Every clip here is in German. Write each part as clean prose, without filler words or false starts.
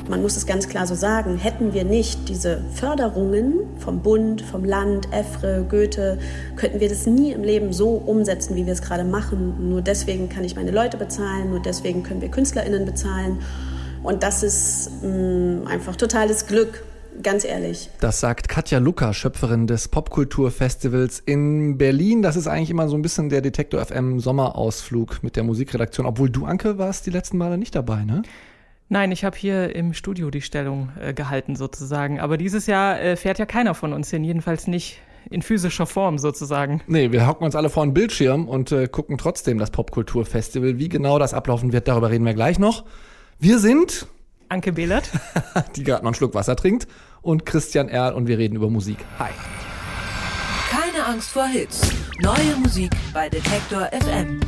man muss es ganz klar so sagen, hätten wir nicht diese Förderungen vom Bund, vom Land, EFRE, Goethe, könnten wir das nie im Leben so umsetzen, wie wir es gerade machen. Nur deswegen kann ich meine Leute bezahlen, nur deswegen können wir KünstlerInnen bezahlen. Und das ist einfach totales Glück. Ganz ehrlich. Das sagt Katja Lucker, Schöpferin des Popkulturfestivals in Berlin. Das ist eigentlich immer so ein bisschen der Detektor FM Sommerausflug mit der Musikredaktion. Obwohl du, Anke, warst die letzten Male nicht dabei, ne? Nein, ich habe hier im Studio die Stellung gehalten sozusagen. Aber dieses Jahr fährt ja keiner von uns hin, jedenfalls nicht in physischer Form sozusagen. Nee, wir hocken uns alle vor einen Bildschirm und gucken trotzdem das Popkulturfestival. Wie genau das ablaufen wird, darüber reden wir gleich noch. Wir sind Anke Behlert, die gerade noch einen Schluck Wasser trinkt, und Christian Erl, und wir reden über Musik. Hi. Keine Angst vor Hits. Neue Musik bei Detektor FM.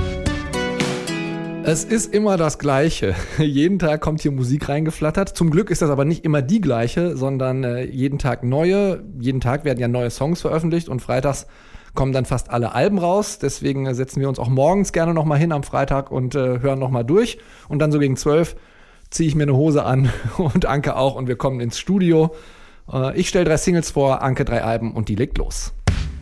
Es ist immer das Gleiche. Jeden Tag kommt hier Musik reingeflattert. Zum Glück ist das aber nicht immer die gleiche, sondern jeden Tag neue. Jeden Tag werden ja neue Songs veröffentlicht und freitags kommen dann fast alle Alben raus. Deswegen setzen wir uns auch morgens gerne noch mal hin am Freitag und hören noch mal durch. Und dann so gegen 12 ziehe ich mir eine Hose an und Anke auch und wir kommen ins Studio. Ich stelle 3 Singles vor, Anke 3 Alben und die legt los.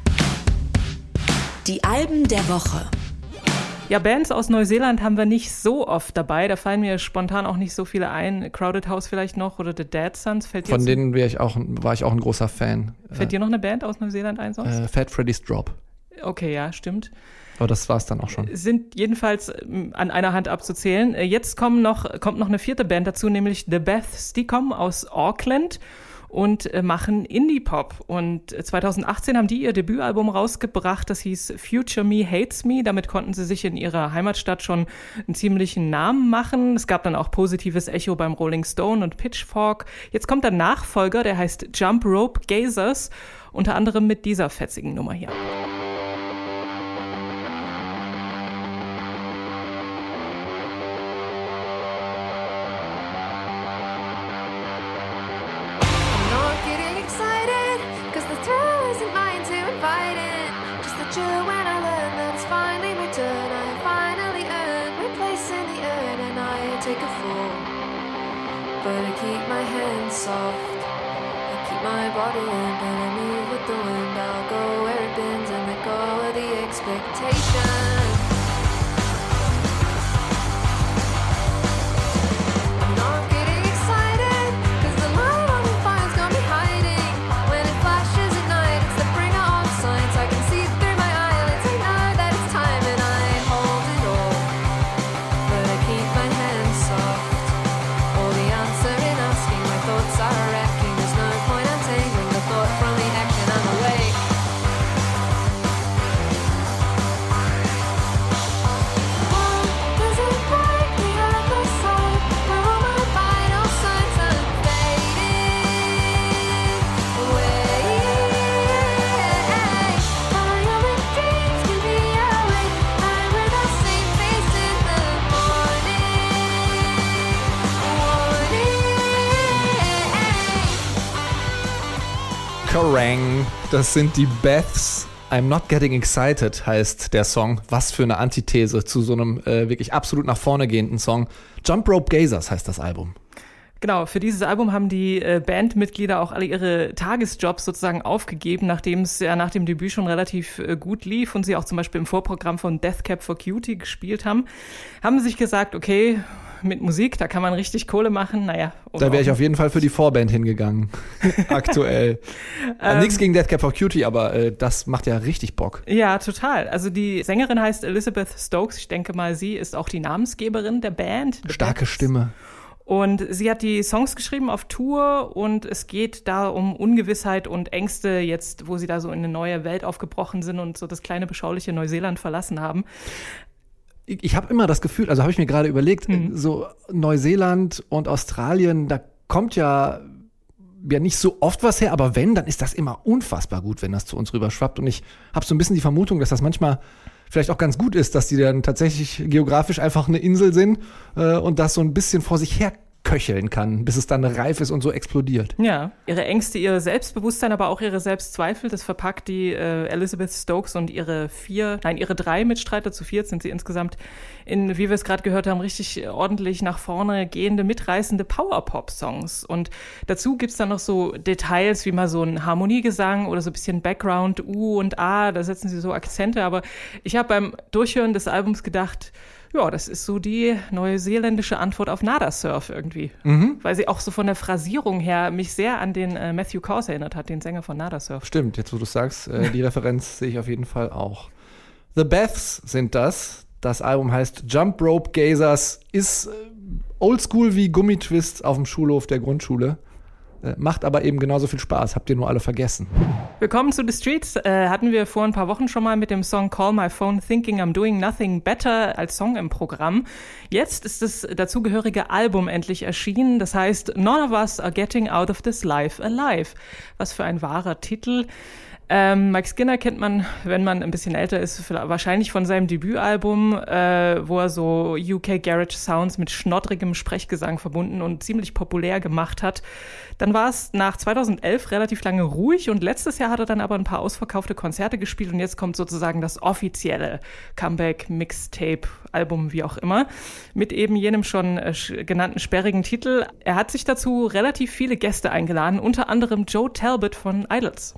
Die Alben der Woche. Ja, Bands aus Neuseeland haben wir nicht so oft dabei. Da fallen mir spontan auch nicht so viele ein. Crowded House vielleicht noch oder The Dead Sons. Von denen war ich auch ein großer Fan. Fällt dir noch eine Band aus Neuseeland ein sonst? Fat Freddy's Drop. Okay, ja, stimmt. Aber das war's dann auch schon. Sind jedenfalls an einer Hand abzuzählen. Jetzt kommt noch eine 4. Band dazu, nämlich The Beths. Die kommen aus Auckland und machen Indie-Pop. Und 2018 haben die ihr Debütalbum rausgebracht, das hieß Future Me Hates Me. Damit konnten sie sich in ihrer Heimatstadt schon einen ziemlichen Namen machen. Es gab dann auch positives Echo beim Rolling Stone und Pitchfork. Jetzt kommt der Nachfolger, der heißt Jump Rope Gazers, unter anderem mit dieser fetzigen Nummer hier. Kerrang! Das sind die Beths. I'm Not Getting Excited heißt der Song. Was für eine Antithese zu so einem wirklich absolut nach vorne gehenden Song. Jump Rope Gazers heißt das Album. Genau, für dieses Album haben die Bandmitglieder auch alle ihre Tagesjobs sozusagen aufgegeben, nachdem es ja nach dem Debüt schon relativ gut lief und sie auch zum Beispiel im Vorprogramm von Death Cab for Cutie gespielt haben sie sich gesagt, okay, mit Musik, da kann man richtig Kohle machen, naja. Da wäre ich auf jeden Fall für die Vorband hingegangen, aktuell. Nichts gegen Death Cab for Cutie, aber das macht ja richtig Bock. Ja, total. Also die Sängerin heißt Elizabeth Stokes, ich denke mal, sie ist auch die Namensgeberin der Band. Starke Stimme. Und sie hat die Songs geschrieben auf Tour und es geht da um Ungewissheit und Ängste jetzt, wo sie da so in eine neue Welt aufgebrochen sind und so das kleine, beschauliche Neuseeland verlassen haben. Ich habe immer das Gefühl, also habe ich mir gerade überlegt, so Neuseeland und Australien, da kommt ja nicht so oft was her, aber wenn, dann ist das immer unfassbar gut, wenn das zu uns rüberschwappt. Und ich habe so ein bisschen die Vermutung, dass das manchmal vielleicht auch ganz gut ist, dass die dann tatsächlich geografisch einfach eine Insel sind und das so ein bisschen vor sich her köcheln kann, bis es dann reif ist und so explodiert. Ja, ihre Ängste, ihr Selbstbewusstsein, aber auch ihre Selbstzweifel, das verpackt die Elizabeth Stokes und ihre 3 Mitstreiter, zu 4 sind sie insgesamt, in, wie wir es gerade gehört haben, richtig ordentlich nach vorne gehende, mitreißende Power-Pop-Songs. Und dazu gibt's dann noch so Details, wie mal so ein Harmoniegesang oder so ein bisschen Background, U und A, da setzen sie so Akzente. Aber ich habe beim Durchhören des Albums gedacht, ja, das ist so die neuseeländische Antwort auf Nada Surf irgendwie. Weil sie auch so von der Phrasierung her mich sehr an den Matthew Caws erinnert hat, den Sänger von Nada Surf. Stimmt, jetzt wo du sagst, die Referenz sehe ich auf jeden Fall auch. The Beths sind das. Das Album heißt Jump Rope Gazers, ist oldschool wie Gummitwists auf dem Schulhof der Grundschule. Macht aber eben genauso viel Spaß, habt ihr nur alle vergessen. Willkommen zu The Streets. Hatten wir vor ein paar Wochen schon mal mit dem Song Call My Phone Thinking I'm Doing Nothing Better als Song im Programm. Jetzt ist das dazugehörige Album endlich erschienen. Das heißt None of Us Are Getting Out of This Life Alive. Was für ein wahrer Titel. Mike Skinner kennt man, wenn man ein bisschen älter ist, wahrscheinlich von seinem Debütalbum, wo er so UK Garage Sounds mit schnoddrigem Sprechgesang verbunden und ziemlich populär gemacht hat. Dann war es nach 2011 relativ lange ruhig und letztes Jahr hat er dann aber ein paar ausverkaufte Konzerte gespielt und jetzt kommt sozusagen das offizielle Comeback, Mixtape, Album, wie auch immer, mit eben jenem schon genannten sperrigen Titel. Er hat sich dazu relativ viele Gäste eingeladen, unter anderem Joe Talbot von Idols.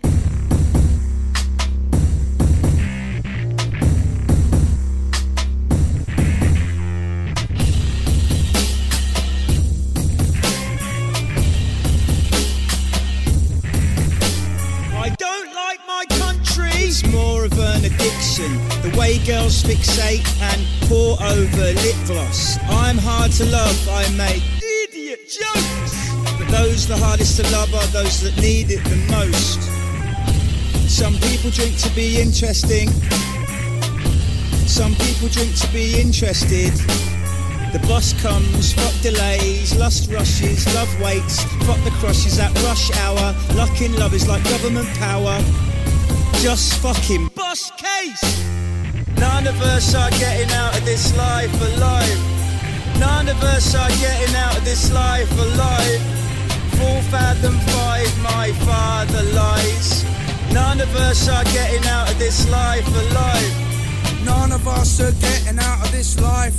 More of an addiction, the way girls fixate and pour over lip gloss. I'm hard to love, I make idiot jokes, but those the hardest to love are those that need it the most. Some people drink to be interesting, some people drink to be interested. The bus comes, fuck delays, lust rushes, love waits, fuck the crushes at rush hour. Luck in love is like government power. Just fucking bust case. None of us are getting out of this life alive. None of us are getting out of this life alive. 4 fathom 5, my father lies. None of us are getting out of this life alive. None of us are getting out of this life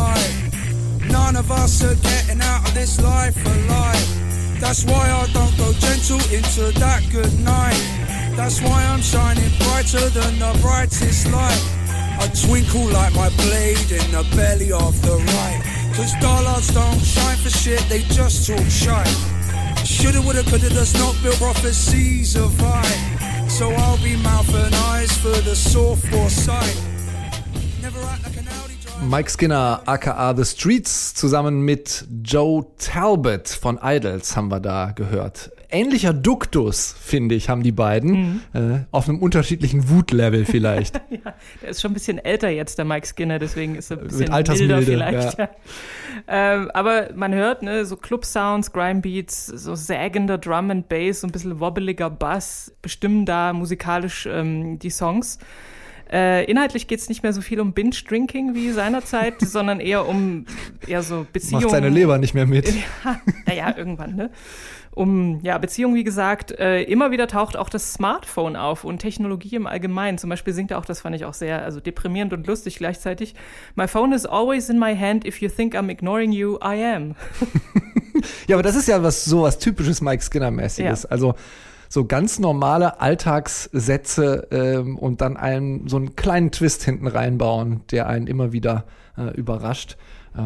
alive. None of us are getting out of this life alive. That's why I don't go gentle into that good night. That's why I'm shining brighter than the brightest light. I twinkle like my blade in the belly of the right. Cause dollars don't shine for shit, they just talk shite. Shoulda, woulda, coulda does not build prophecies of I. So I'll be mouth and eyes for the sore foresight. Never act like an Audi driver. Mike Skinner, aka The Streets, zusammen mit Joe Talbot von Idols haben wir da gehört. Ähnlicher Duktus, finde ich, haben die beiden. Auf einem unterschiedlichen Wutlevel vielleicht. Ja, der ist schon ein bisschen älter jetzt, der Mike Skinner, deswegen ist er ein bisschen mit Altersmilde, milder vielleicht. Ja. Ja. Aber man hört, ne, so Club-Sounds, Grime-Beats, so sägender Drum and Bass, so ein bisschen wobbeliger Bass bestimmen da musikalisch die Songs. Inhaltlich geht es nicht mehr so viel um Binge-Drinking wie seinerzeit, sondern eher um so Beziehungen. Macht seine Leber nicht mehr mit. Ja, naja, irgendwann, ne? Beziehungen, wie gesagt, immer wieder taucht auch das Smartphone auf und Technologie im Allgemeinen. Zum Beispiel singt er auch, das fand ich auch sehr deprimierend und lustig gleichzeitig. My phone is always in my hand. If you think I'm ignoring you, I am. Ja, aber das ist ja sowas typisches Mike Skinner-mäßiges. Ja. Also so ganz normale Alltagssätze und dann so einen kleinen Twist hinten reinbauen, der einen immer wieder überrascht.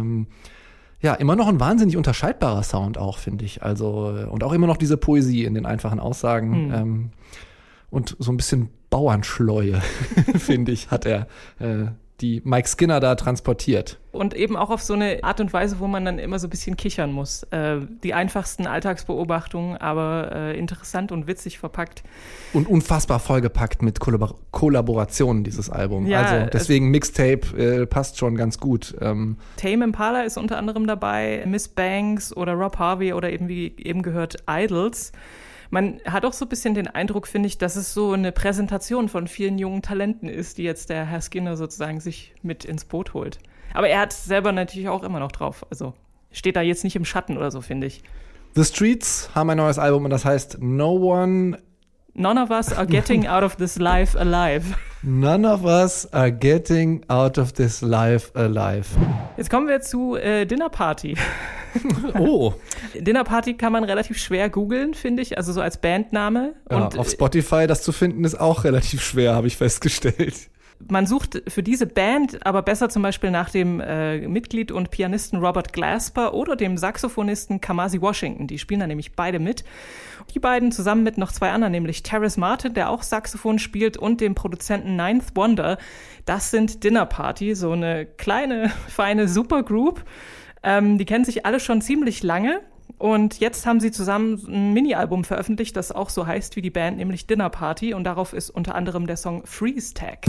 Ja, immer noch ein wahnsinnig unterscheidbarer Sound auch, finde ich. Also, und auch immer noch diese Poesie in den einfachen Aussagen. Und so ein bisschen Bauernschleue, finde ich, hat er die Mike Skinner da transportiert. Und eben auch auf so eine Art und Weise, wo man dann immer so ein bisschen kichern muss. Die einfachsten Alltagsbeobachtungen, aber interessant und witzig verpackt. Und unfassbar vollgepackt mit Kollaborationen, dieses Album. Ja, also deswegen Mixtape passt schon ganz gut. Tame Impala ist unter anderem dabei, Miss Banks oder Rob Harvey oder eben wie eben gehört Idols. Man hat auch so ein bisschen den Eindruck, finde ich, dass es so eine Präsentation von vielen jungen Talenten ist, die jetzt der Herr Skinner sozusagen sich mit ins Boot holt. Aber er hat selber natürlich auch immer noch drauf. Also steht da jetzt nicht im Schatten oder so, finde ich. The Streets haben ein neues Album und das heißt None of us are getting out of this life alive. None of us are getting out of this life alive. Jetzt kommen wir zu Dinner Party. Oh. Dinner Party kann man relativ schwer googeln, finde ich, also so als Bandname. Ja, und auf Spotify das zu finden ist auch relativ schwer, habe ich festgestellt. Man sucht für diese Band aber besser zum Beispiel nach dem Mitglied und Pianisten Robert Glasper oder dem Saxophonisten Kamasi Washington. Die spielen da nämlich beide mit. Die beiden zusammen mit noch 2 anderen, nämlich Terrace Martin, der auch Saxophon spielt, und dem Produzenten Ninth Wonder. Das sind Dinner Party, so eine kleine, feine Supergroup. Die kennen sich alle schon ziemlich lange. Und jetzt haben sie zusammen ein Mini-Album veröffentlicht, das auch so heißt wie die Band, nämlich Dinner Party. Und darauf ist unter anderem der Song Freeze Tag.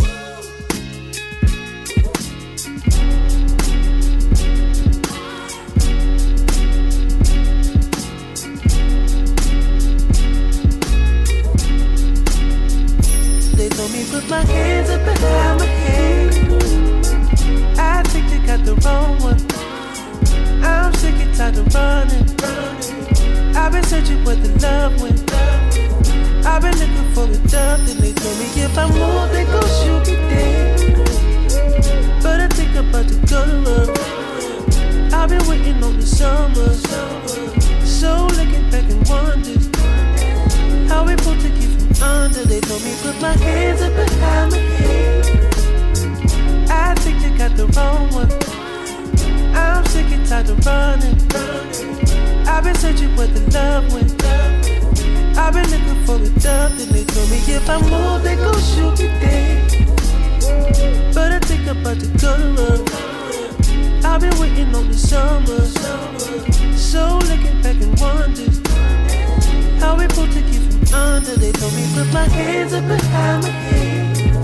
They told me put my hands up behind my head. I think they got the wrong one. I'm sick and tired of running. I've been searching where the love went. I've been looking for a dove, then they told me if I move, they gon' shoot me dead. But I think I'm about to go to work. I've been waiting on the summer. So looking back and wondering how we supposed to get from under. They told me put my hands up behind my head. I think they got the wrong one. I'm sick and tired of running. I've been searching where the love went. I've been looking for a dove, then they told me if I move, they gon' shoot me dead. But I think I'm about to go to work. I've been waiting on the summer. So looking back and wondering how we supposed to get from under. They told me put my hands up behind my head.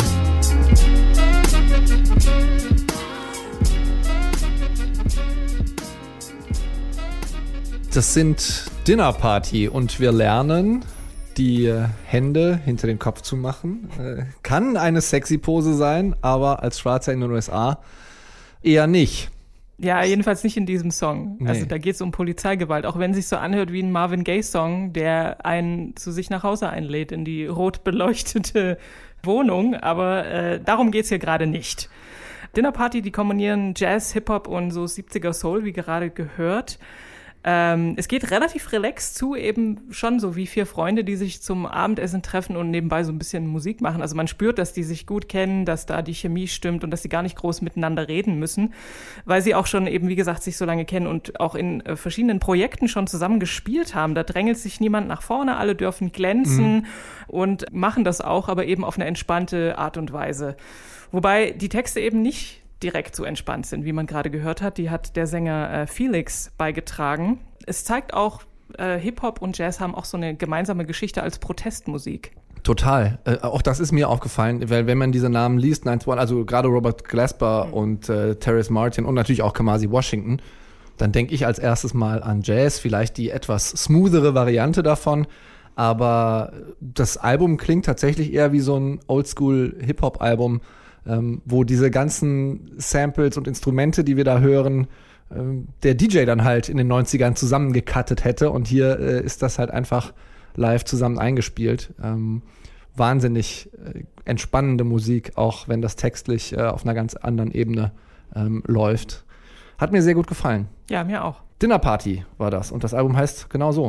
Das sind Dinner Party und wir lernen, die Hände hinter den Kopf zu machen. Kann eine sexy Pose sein, aber als Schwarzer in den USA eher nicht. Ja, jedenfalls nicht in diesem Song. Nee. Also da geht es um Polizeigewalt, auch wenn es sich so anhört wie ein Marvin Gaye-Song, der einen zu sich nach Hause einlädt in die rot beleuchtete Wohnung. Aber darum geht's hier gerade nicht. Dinner Party, die kombinieren Jazz, Hip-Hop und so 70er Soul, wie gerade gehört. Es geht relativ relaxed zu, eben schon so wie 4 Freunde, die sich zum Abendessen treffen und nebenbei so ein bisschen Musik machen. Also man spürt, dass die sich gut kennen, dass da die Chemie stimmt und dass sie gar nicht groß miteinander reden müssen, weil sie auch schon eben, wie gesagt, sich so lange kennen und auch in verschiedenen Projekten schon zusammen gespielt haben. Da drängelt sich niemand nach vorne, alle dürfen glänzen und machen das auch, aber eben auf eine entspannte Art und Weise. Wobei die Texte eben nicht direkt so entspannt sind, wie man gerade gehört hat. Die hat der Sänger Felix beigetragen. Es zeigt auch, Hip-Hop und Jazz haben auch so eine gemeinsame Geschichte als Protestmusik. Total. Auch das ist mir aufgefallen, weil wenn man diese Namen liest, also gerade Robert Glasper und Terrace Martin und natürlich auch Kamasi Washington, dann denke ich als erstes mal an Jazz, vielleicht die etwas smoothere Variante davon. Aber das Album klingt tatsächlich eher wie so ein Oldschool-Hip-Hop-Album, wo diese ganzen Samples und Instrumente, die wir da hören, der DJ dann halt in den 90ern zusammengecuttet hätte. Und hier ist das halt einfach live zusammen eingespielt. Wahnsinnig entspannende Musik, auch wenn das textlich auf einer ganz anderen Ebene läuft. Hat mir sehr gut gefallen. Ja, mir auch. Dinner Party war das und das Album heißt genau so.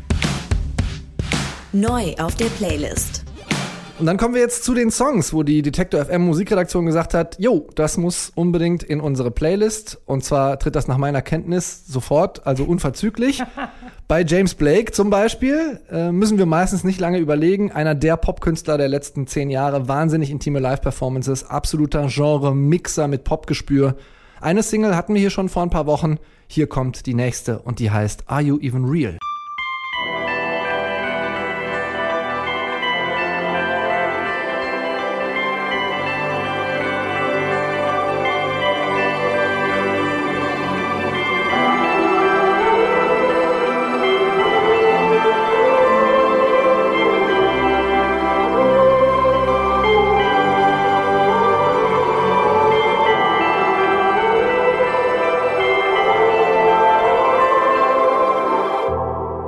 Neu auf der Playlist. Und dann kommen wir jetzt zu den Songs, wo die Detektor FM Musikredaktion gesagt hat, jo, das muss unbedingt in unsere Playlist. Und zwar tritt das nach meiner Kenntnis sofort, also unverzüglich. Bei James Blake zum Beispiel müssen wir meistens nicht lange überlegen. Einer der Popkünstler der letzten 10 Jahre, wahnsinnig intime Live-Performances, absoluter Genre-Mixer mit Popgespür. Eine Single hatten wir hier schon vor ein paar Wochen. Hier kommt die nächste und die heißt Are You Even Real?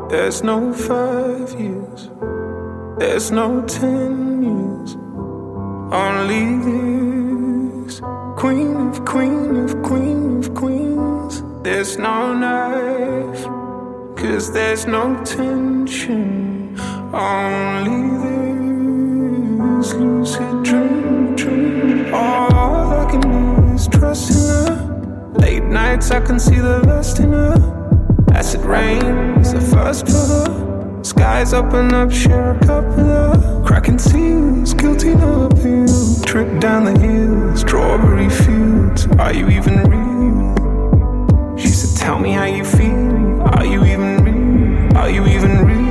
There's no 5 years, there's no 10 years, only this. Queen of queen of queen of queens. There's no knife, 'cause there's no tension, only this lucid dream. All I can do is trust in her. Late nights I can see the lust in her. Acid rain is the first for her. Skies open up, share a cup with her. Cracking seals, guilty no appeal. Trip down the hill, strawberry fields. Are you even real? She said, tell me how you feel. Are you even real? Are you even real?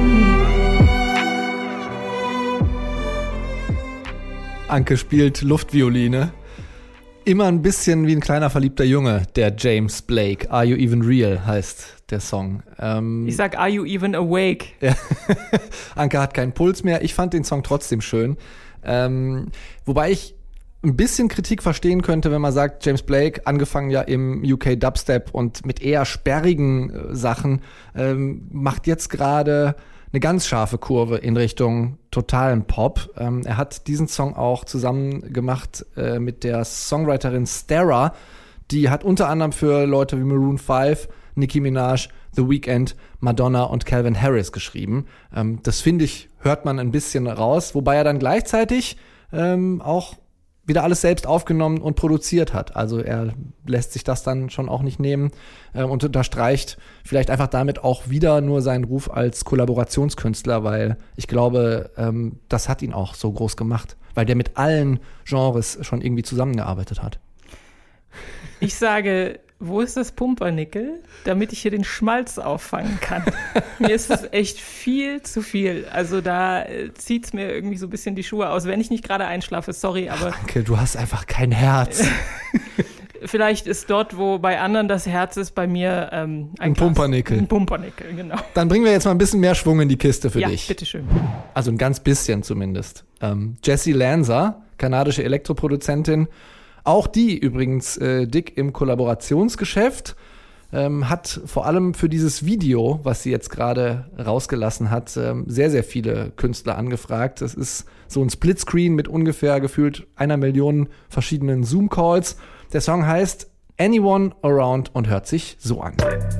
Anke spielt Luftvioline. Immer ein bisschen wie ein kleiner verliebter Junge, der James Blake. Are You Even Real heißt der Song. Ich sag, Are You Even Awake? Ja. Anke hat keinen Puls mehr. Ich fand den Song trotzdem schön. Wobei ich ein bisschen Kritik verstehen könnte, wenn man sagt, James Blake, angefangen ja im UK Dubstep und mit eher sperrigen Sachen, macht jetzt gerade eine ganz scharfe Kurve in Richtung totalen Pop. Er hat diesen Song auch zusammen gemacht mit der Songwriterin Stara. Die hat unter anderem für Leute wie Maroon 5, Nicki Minaj, The Weeknd, Madonna und Calvin Harris geschrieben. Das finde ich, hört man ein bisschen raus, wobei er dann gleichzeitig auch wieder alles selbst aufgenommen und produziert hat. Also er lässt sich das dann schon auch nicht nehmen und unterstreicht vielleicht einfach damit auch wieder nur seinen Ruf als Kollaborationskünstler, weil ich glaube, das hat ihn auch so groß gemacht, weil der mit allen Genres schon irgendwie zusammengearbeitet hat. Ich sage, wo ist das Pumpernickel, damit ich hier den Schmalz auffangen kann? Mir ist es echt viel zu viel. Also da zieht es mir irgendwie so ein bisschen die Schuhe aus, wenn ich nicht gerade einschlafe, sorry, aber... Danke, du hast einfach kein Herz. Vielleicht ist dort, wo bei anderen das Herz ist, bei mir ein Pumpernickel. Ein Pumpernickel, genau. Dann bringen wir jetzt mal ein bisschen mehr Schwung in die Kiste für dich. Ja, bitteschön. Also ein ganz bisschen zumindest. Jessie Lanza, kanadische Elektroproduzentin, auch die übrigens dick im Kollaborationsgeschäft, hat vor allem für dieses Video, was sie jetzt gerade rausgelassen hat, sehr, sehr viele Künstler angefragt. Das ist so ein Splitscreen mit ungefähr gefühlt 1 Million verschiedenen Zoom-Calls. Der Song heißt Anyone Around und hört sich so an.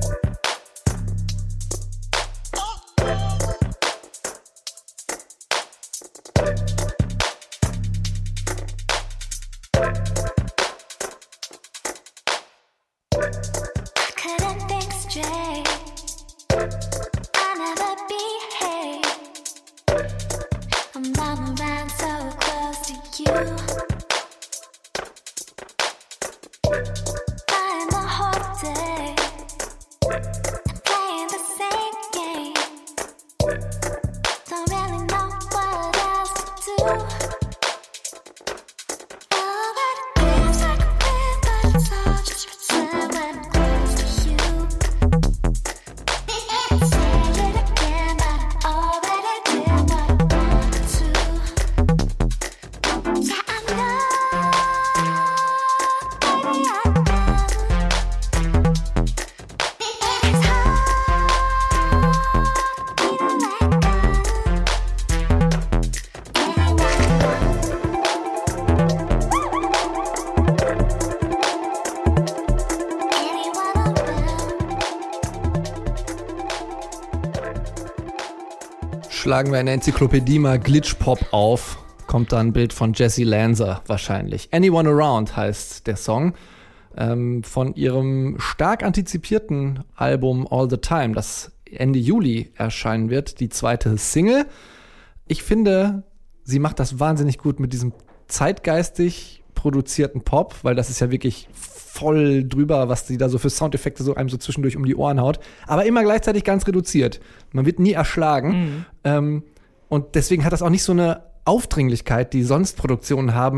Schlagen wir in der Enzyklopädie mal Glitch-Pop auf, kommt da ein Bild von Jessie Lanza wahrscheinlich. Anyone Around heißt der Song von ihrem stark antizipierten Album All the Time, das Ende Juli erscheinen wird, die 2. Single. Ich finde, sie macht das wahnsinnig gut mit diesem zeitgeistig produzierten Pop, weil das ist ja wirklich voll drüber, was sie da so für Soundeffekte so einem so zwischendurch um die Ohren haut, aber immer gleichzeitig ganz reduziert. Man wird nie erschlagen. Und deswegen hat das auch nicht so eine Aufdringlichkeit, die sonst Produktionen haben,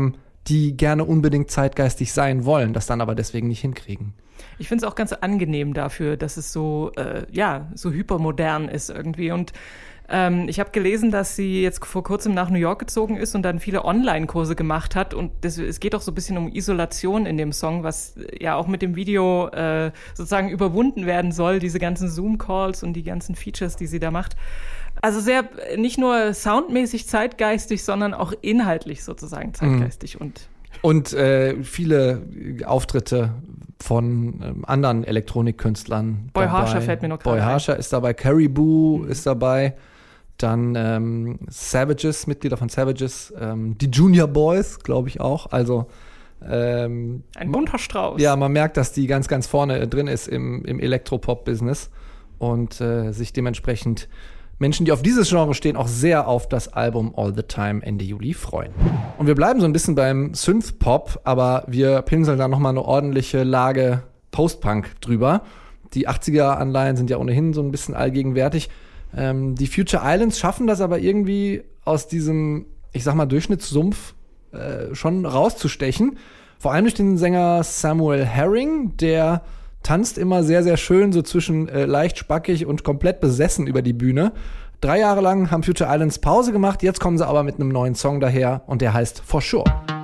die gerne unbedingt zeitgeistig sein wollen, das dann aber deswegen nicht hinkriegen. Ich finde es auch ganz angenehm dafür, dass es so, so hypermodern ist irgendwie. Und ich habe gelesen, dass sie jetzt vor kurzem nach New York gezogen ist und dann viele Online-Kurse gemacht hat. Und es geht auch so ein bisschen um Isolation in dem Song, was ja auch mit dem Video sozusagen überwunden werden soll, diese ganzen Zoom-Calls und die ganzen Features, die sie da macht. Also sehr, nicht nur soundmäßig zeitgeistig, sondern auch inhaltlich sozusagen zeitgeistig. Und viele Auftritte von anderen Elektronikkünstlern. Boy Harsher fällt mir noch gerade Boy Harsher ist dabei, Caribou ist dabei, dann Savages, Mitglieder von Savages, die Junior Boys, glaube ich auch. Also ein bunter Strauß. Ja, man merkt, dass die ganz, ganz vorne drin ist im Elektropop-Business und sich dementsprechend Menschen, die auf dieses Genre stehen, auch sehr auf das Album All the Time Ende Juli freuen. Und wir bleiben so ein bisschen beim Synth-Pop, aber wir pinseln da nochmal eine ordentliche Lage Post-Punk drüber. Die 80er-Anleihen sind ja ohnehin so ein bisschen allgegenwärtig. Die Future Islands schaffen das aber irgendwie aus diesem, ich sag mal, Durchschnittssumpf schon rauszustechen. Vor allem durch den Sänger Samuel Herring, der tanzt immer sehr, sehr schön so zwischen leicht spackig und komplett besessen über die Bühne. 3 Jahre lang haben Future Islands Pause gemacht, jetzt kommen sie aber mit einem neuen Song daher und der heißt For Sure.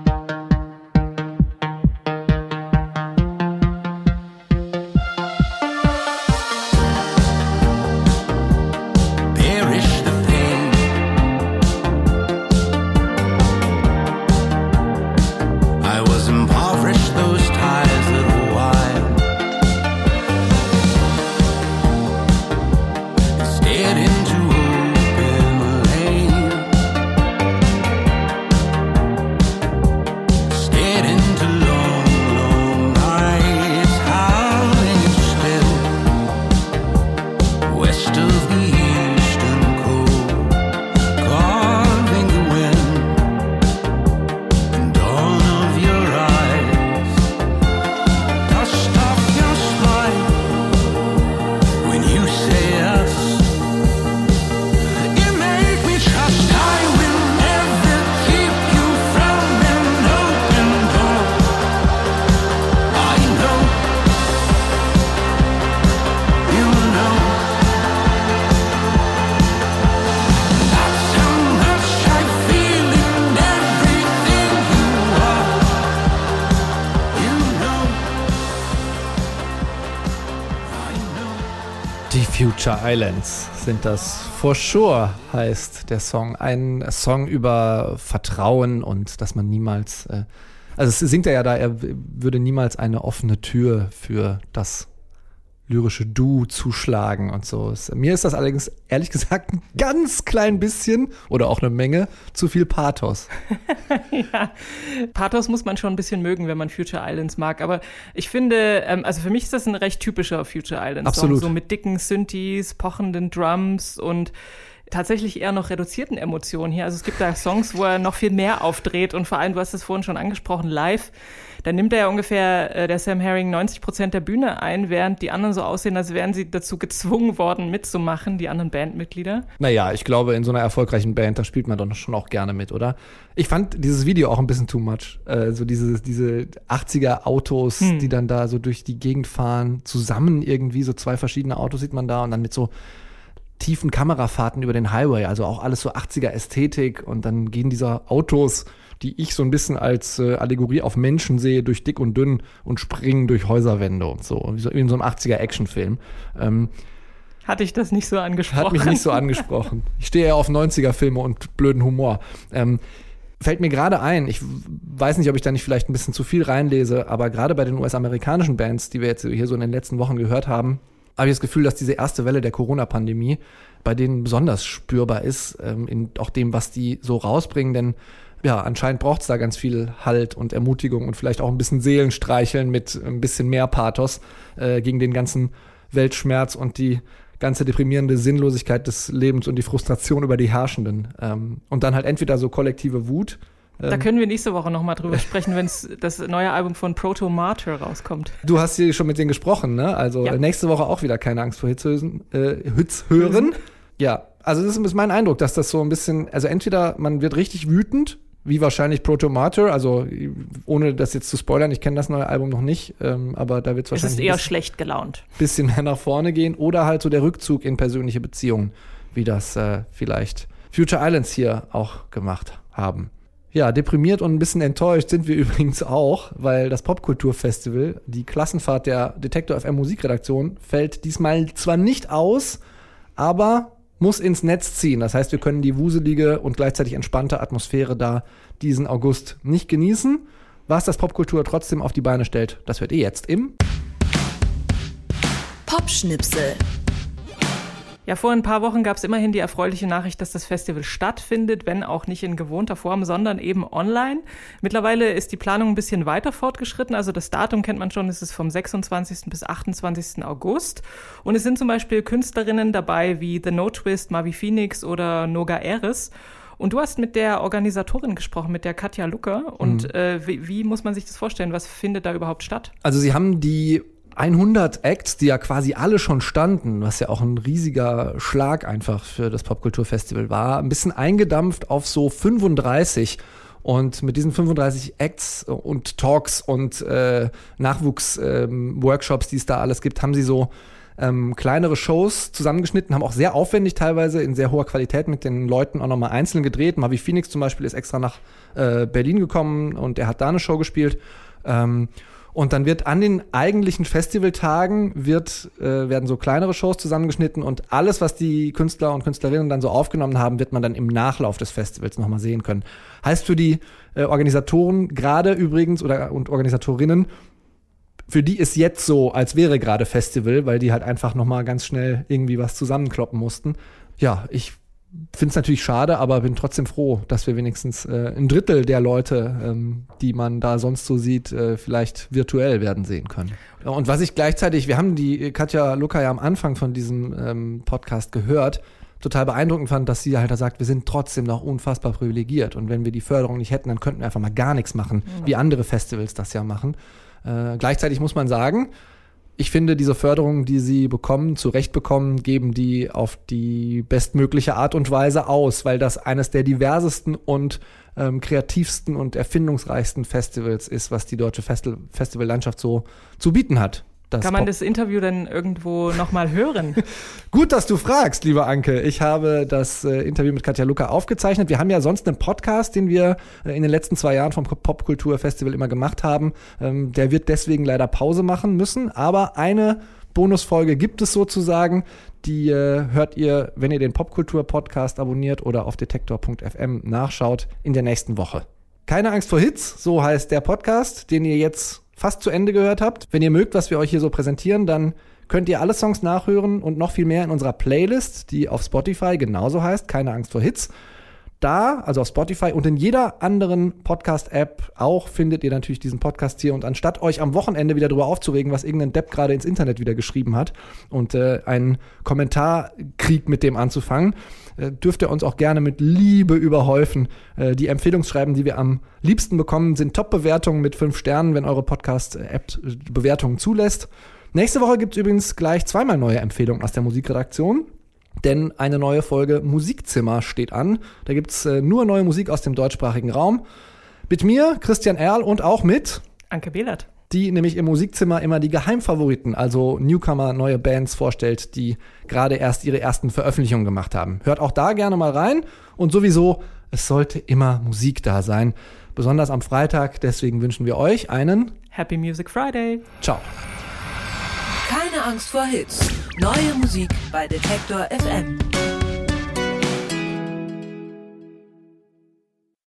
Future Islands sind das. For Sure heißt der Song. Ein Song über Vertrauen und dass man niemals, also es singt er ja da, er würde niemals eine offene Tür für das lyrische Du zuschlagen und so. Mir ist das allerdings, ehrlich gesagt, ein ganz klein bisschen oder auch eine Menge zu viel Pathos. Ja, Pathos muss man schon ein bisschen mögen, wenn man Future Islands mag. Aber ich finde, also für mich ist das ein recht typischer Future Islands-Song. So mit dicken Synthes, pochenden Drums und tatsächlich eher noch reduzierten Emotionen hier. Also es gibt da Songs, wo er noch viel mehr aufdreht und vor allem, du hast es vorhin schon angesprochen, live. Da nimmt er ja ungefähr, der Sam Herring, 90% der Bühne ein, während die anderen so aussehen, als wären sie dazu gezwungen worden, mitzumachen, die anderen Bandmitglieder. Naja, ich glaube, in so einer erfolgreichen Band, da spielt man doch schon auch gerne mit, oder? Ich fand dieses Video auch ein bisschen too much. So diese 80er-Autos, die dann da so durch die Gegend fahren, zusammen irgendwie, so 2 verschiedene Autos sieht man da und dann mit so tiefen Kamerafahrten über den Highway, also auch alles so 80er-Ästhetik und dann gehen diese Autos, die ich so ein bisschen als Allegorie auf Menschen sehe, durch dick und dünn und springen durch Häuserwände und so, wie in so einem 80er-Actionfilm. Hatte ich das nicht so angesprochen? Hat mich nicht so angesprochen. Ich stehe eher auf 90er-Filme und blöden Humor. Fällt mir gerade ein, ich weiß nicht, ob ich da nicht vielleicht ein bisschen zu viel reinlese, aber gerade bei den US-amerikanischen Bands, die wir jetzt hier so in den letzten Wochen gehört haben, habe ich das Gefühl, dass diese erste Welle der Corona-Pandemie bei denen besonders spürbar ist, in auch dem, was die so rausbringen, denn ja, anscheinend braucht es da ganz viel Halt und Ermutigung und vielleicht auch ein bisschen Seelenstreicheln mit ein bisschen mehr Pathos gegen den ganzen Weltschmerz und die ganze deprimierende Sinnlosigkeit des Lebens und die Frustration über die Herrschenden. Und dann halt entweder so kollektive Wut. Da können wir nächste Woche nochmal drüber sprechen, wenn das neue Album von Proto Martyr rauskommt. Du hast hier schon mit denen gesprochen, ne? Also ja. Nächste Woche auch wieder keine Angst vor Hits hören. Ja, also das ist mein Eindruck, dass das so ein bisschen, also entweder man wird richtig wütend wie wahrscheinlich Protomator, also ohne das jetzt zu spoilern, ich kenne das neue Album noch nicht, aber da wird es wahrscheinlich Es ist eher schlecht gelaunt. Bisschen mehr nach vorne gehen oder halt so der Rückzug in persönliche Beziehungen, wie das vielleicht Future Islands hier auch gemacht haben. Ja, deprimiert und ein bisschen enttäuscht sind wir übrigens auch, weil das Popkulturfestival, die Klassenfahrt der Detektor FM Musikredaktion, fällt diesmal zwar nicht aus, aber muss ins Netz ziehen. Das heißt, wir können die wuselige und gleichzeitig entspannte Atmosphäre da diesen August nicht genießen. Was das Popkultur trotzdem auf die Beine stellt, das hört ihr jetzt im Popschnipsel. Ja, vor ein paar Wochen gab es immerhin die erfreuliche Nachricht, dass das Festival stattfindet, wenn auch nicht in gewohnter Form, sondern eben online. Mittlerweile ist die Planung ein bisschen weiter fortgeschritten. Also das Datum kennt man schon, es ist vom 26. bis 28. August. Und es sind zum Beispiel Künstlerinnen dabei wie The No Twist, Mavi Phoenix oder Noga Eris. Und du hast mit der Organisatorin gesprochen, mit der Katja Lucker. Und wie muss man sich das vorstellen? Was findet da überhaupt statt? Also sie haben die 100 Acts, die ja quasi alle schon standen, was ja auch ein riesiger Schlag einfach für das Popkulturfestival war, ein bisschen eingedampft auf so 35. Und mit diesen 35 Acts und Talks und Nachwuchsworkshops, die es da alles gibt, haben sie so kleinere Shows zusammengeschnitten, haben auch sehr aufwendig teilweise in sehr hoher Qualität mit den Leuten auch nochmal einzeln gedreht. Mavi Phoenix zum Beispiel ist extra nach Berlin gekommen und er hat da eine Show gespielt. Und dann wird an den eigentlichen Festivaltagen werden so kleinere Shows zusammengeschnitten und alles, was die Künstler und Künstlerinnen dann so aufgenommen haben, wird man dann im Nachlauf des Festivals nochmal sehen können. Heißt für die Organisatoren gerade übrigens und Organisatorinnen, für die ist jetzt so, als wäre gerade Festival, weil die halt einfach nochmal ganz schnell irgendwie was zusammenkloppen mussten. Ja, ich finde es natürlich schade, aber bin trotzdem froh, dass wir wenigstens ein Drittel der Leute, die man da sonst so sieht, vielleicht virtuell werden sehen können. Und was ich gleichzeitig, wir haben die Katja Lucker ja am Anfang von diesem Podcast gehört, total beeindruckend fand, dass sie halt da sagt, wir sind trotzdem noch unfassbar privilegiert und wenn wir die Förderung nicht hätten, dann könnten wir einfach mal gar nichts machen, wie andere Festivals das ja machen. Gleichzeitig muss man sagen, ich finde, diese Förderungen, die sie zu Recht bekommen, geben die auf die bestmögliche Art und Weise aus, weil das eines der diversesten und kreativsten und erfindungsreichsten Festivals ist, was die deutsche Festivallandschaft so zu bieten hat. Kann man das Interview denn irgendwo nochmal hören? Gut, dass du fragst, liebe Anke. Ich habe das Interview mit Katja Lucker aufgezeichnet. Wir haben ja sonst einen Podcast, den wir in den letzten 2 Jahren vom Popkulturfestival immer gemacht haben. Der wird deswegen leider Pause machen müssen. Aber eine Bonusfolge gibt es sozusagen. Die hört ihr, wenn ihr den Popkultur-Podcast abonniert oder auf detektor.fm nachschaut, in der nächsten Woche. Keine Angst vor Hits, so heißt der Podcast, den ihr jetzt fast zu Ende gehört habt. Wenn ihr mögt, was wir euch hier so präsentieren, dann könnt ihr alle Songs nachhören und noch viel mehr in unserer Playlist, die auf Spotify genauso heißt, Keine Angst vor Hits. Da, also auf Spotify und in jeder anderen Podcast-App auch, findet ihr natürlich diesen Podcast hier. Und anstatt euch am Wochenende wieder darüber aufzuregen, was irgendein Depp gerade ins Internet wieder geschrieben hat und einen Kommentarkrieg mit dem anzufangen, dürft ihr uns auch gerne mit Liebe überhäufen. Die Empfehlungsschreiben, die wir am liebsten bekommen, sind Top-Bewertungen mit 5 Sternen, wenn eure Podcast-App Bewertungen zulässt. Nächste Woche gibt es übrigens gleich 2-mal neue Empfehlungen aus der Musikredaktion. Denn eine neue Folge Musikzimmer steht an. Da gibt's nur neue Musik aus dem deutschsprachigen Raum. Mit mir, Christian Erl und auch mit Anke Behlert. Die nämlich im Musikzimmer immer die Geheimfavoriten, also Newcomer, neue Bands vorstellt, die gerade erst ihre ersten Veröffentlichungen gemacht haben. Hört auch da gerne mal rein. Und sowieso, es sollte immer Musik da sein. Besonders am Freitag. Deswegen wünschen wir euch einen Happy Music Friday. Ciao. Keine Angst vor Hits. Neue Musik bei Detektor FM.